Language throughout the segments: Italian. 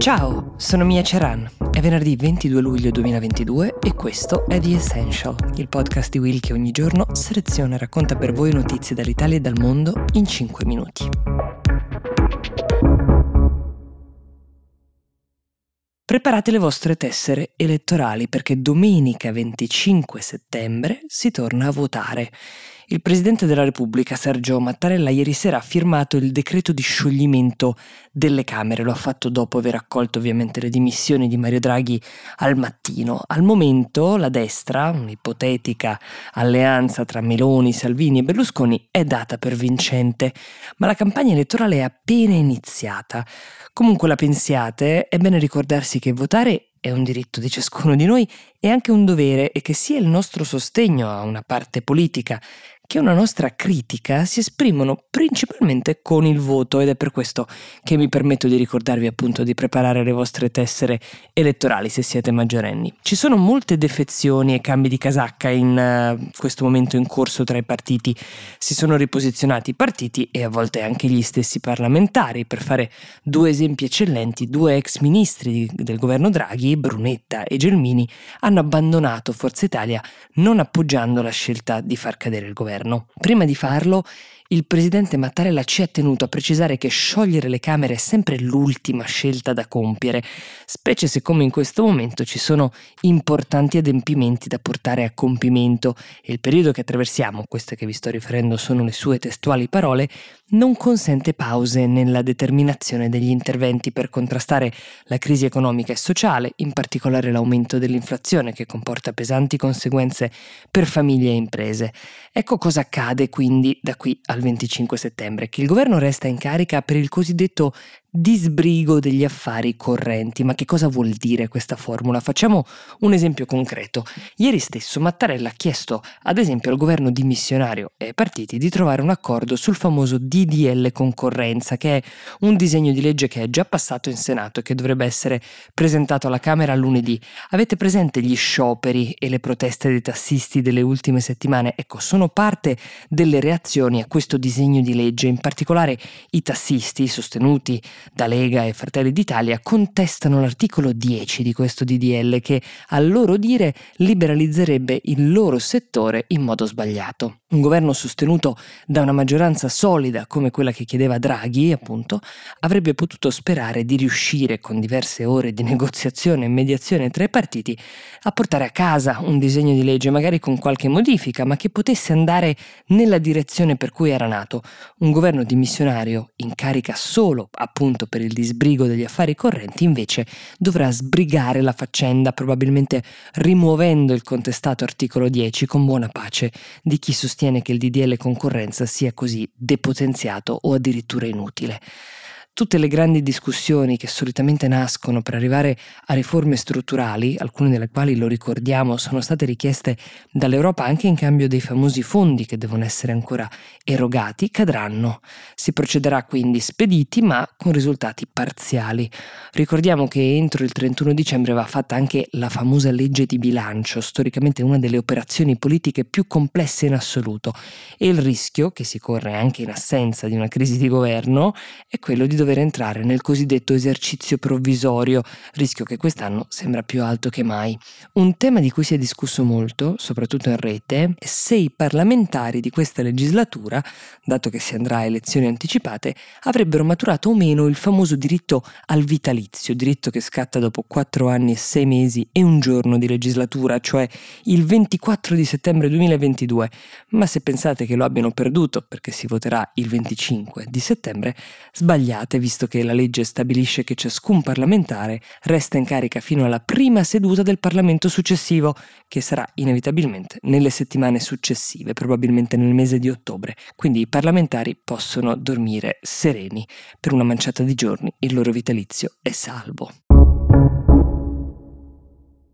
Ciao, sono Mia Ceran. È venerdì 22 luglio 2022 e questo è The Essential, il podcast di Will che ogni giorno seleziona e racconta per voi notizie dall'Italia e dal mondo in 5 minuti. Preparate le vostre tessere elettorali perché domenica 25 settembre si torna a votare. Il Presidente della Repubblica, Sergio Mattarella, ieri sera ha firmato il decreto di scioglimento delle Camere. Lo ha fatto dopo aver accolto ovviamente le dimissioni di Mario Draghi al mattino. Al momento la destra, un'ipotetica alleanza tra Meloni, Salvini e Berlusconi, è data per vincente, ma la campagna elettorale è appena iniziata. Comunque la pensiate, è bene ricordarsi che votare è un diritto di ciascuno di noi e anche un dovere, e che sia il nostro sostegno a una parte politica che una nostra critica si esprimono principalmente con il voto, ed è per questo che mi permetto di ricordarvi appunto di preparare le vostre tessere elettorali se siete maggiorenni. Ci sono molte defezioni e cambi di casacca in questo momento in corso tra i partiti. Si sono riposizionati i partiti e a volte anche gli stessi parlamentari. Per fare due esempi eccellenti, due ex ministri del governo Draghi, Brunetta e Gelmini, hanno abbandonato Forza Italia non appoggiando la scelta di far cadere il governo. Prima di farlo, il presidente Mattarella ci ha tenuto a precisare che sciogliere le Camere è sempre l'ultima scelta da compiere, specie se come in questo momento ci sono importanti adempimenti da portare a compimento e il periodo che attraversiamo, queste che vi sto riferendo sono le sue testuali parole, non consente pause nella determinazione degli interventi per contrastare la crisi economica e sociale, in particolare l'aumento dell'inflazione che comporta pesanti conseguenze per famiglie e imprese. Ecco cosa accade quindi da qui al 25 settembre, che il governo resta in carica per il cosiddetto disbrigo degli affari correnti. Ma che cosa vuol dire questa formula? Facciamo un esempio concreto. Ieri stesso Mattarella ha chiesto ad esempio al governo dimissionario e ai partiti di trovare un accordo sul famoso DDL concorrenza, che è un disegno di legge che è già passato in Senato e che dovrebbe essere presentato alla Camera lunedì. Avete presente gli scioperi e le proteste dei tassisti delle ultime settimane? Ecco, sono parte delle reazioni a questo disegno di legge. In particolare i tassisti, sostenuti da Lega e Fratelli d'Italia, contestano l'articolo 10 di questo DDL che, a loro dire, liberalizzerebbe il loro settore in modo sbagliato. Un governo sostenuto da una maggioranza solida come quella che chiedeva Draghi, appunto, avrebbe potuto sperare di riuscire, con diverse ore di negoziazione e mediazione tra i partiti, a portare a casa un disegno di legge, magari con qualche modifica, ma che potesse andare nella direzione per cui era nato. Un governo dimissionario in carica solo, appunto, per il disbrigo degli affari correnti, invece dovrà sbrigare la faccenda, probabilmente rimuovendo il contestato articolo 10 con buona pace di chi sostiene che il DDL concorrenza sia così depotenziato o addirittura inutile. Tutte le grandi discussioni che solitamente nascono per arrivare a riforme strutturali, alcune delle quali, lo ricordiamo, sono state richieste dall'Europa anche in cambio dei famosi fondi che devono essere ancora erogati, cadranno. Si procederà quindi spediti ma con risultati parziali. Ricordiamo che entro il 31 dicembre va fatta anche la famosa legge di bilancio, storicamente una delle operazioni politiche più complesse in assoluto, e il rischio, che si corre anche in assenza di una crisi di governo, è quello di dover entrare nel cosiddetto esercizio provvisorio, rischio che quest'anno sembra più alto che mai. Un tema di cui si è discusso molto, soprattutto in rete, è se i parlamentari di questa legislatura, dato che si andrà a elezioni anticipate, avrebbero maturato o meno il famoso diritto al vitalizio, diritto che scatta dopo 4 anni e 6 mesi e un giorno di legislatura, cioè il 24 di settembre 2022. Ma se pensate che lo abbiano perduto perché si voterà il 25 di settembre, sbagliate, visto che la legge stabilisce che ciascun parlamentare resta in carica fino alla prima seduta del Parlamento successivo, che sarà inevitabilmente nelle settimane successive, probabilmente nel mese di ottobre. Quindi i parlamentari possono dormire sereni. Per una manciata di giorni il loro vitalizio è salvo.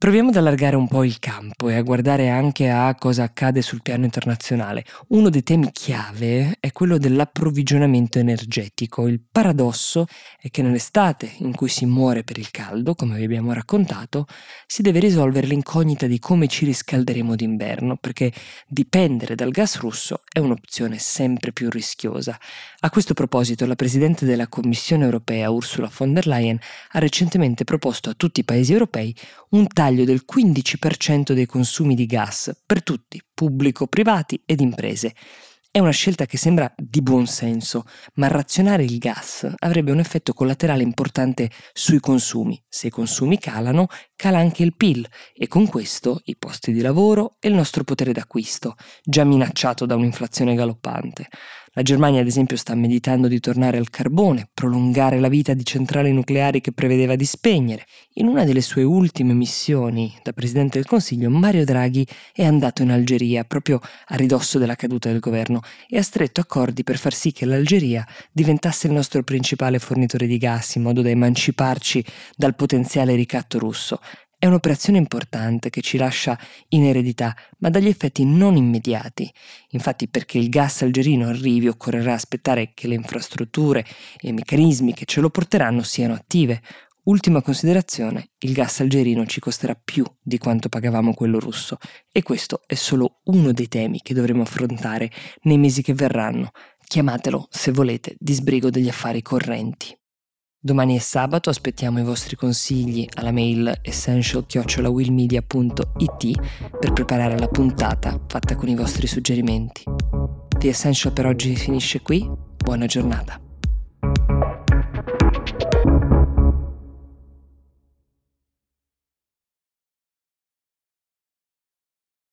Proviamo ad allargare un po' il campo e a guardare anche a cosa accade sul piano internazionale. Uno dei temi chiave è quello dell'approvvigionamento energetico. Il paradosso è che nell'estate in cui si muore per il caldo, come vi abbiamo raccontato, si deve risolvere l'incognita di come ci riscalderemo d'inverno, perché dipendere dal gas russo è un'opzione sempre più rischiosa. A questo proposito, la Presidente della Commissione europea, Ursula von der Leyen, ha recentemente proposto a tutti i paesi europei un taglio del 15% dei consumi di gas per tutti, pubblico, privati ed imprese. È una scelta che sembra di buon senso, ma razionare il gas avrebbe un effetto collaterale importante sui consumi. Se i consumi calano, cala anche il PIL e con questo i posti di lavoro e il nostro potere d'acquisto, già minacciato da un'inflazione galoppante. La Germania, ad esempio, sta meditando di tornare al carbone, prolungare la vita di centrali nucleari che prevedeva di spegnere. In una delle sue ultime missioni da Presidente del Consiglio, Mario Draghi è andato in Algeria, proprio a ridosso della caduta del governo, e ha stretto accordi per far sì che l'Algeria diventasse il nostro principale fornitore di gas, in modo da emanciparci dal potenziale ricatto russo. È un'operazione importante che ci lascia in eredità, ma dagli effetti non immediati. Infatti, perché il gas algerino arrivi, occorrerà aspettare che le infrastrutture e i meccanismi che ce lo porteranno siano attive. Ultima considerazione, il gas algerino ci costerà più di quanto pagavamo quello russo, e questo è solo uno dei temi che dovremo affrontare nei mesi che verranno. Chiamatelo, se volete, disbrigo degli affari correnti. Domani è sabato, aspettiamo i vostri consigli alla mail essential@willmedia.it per preparare la puntata fatta con i vostri suggerimenti. The Essential per oggi finisce qui, buona giornata.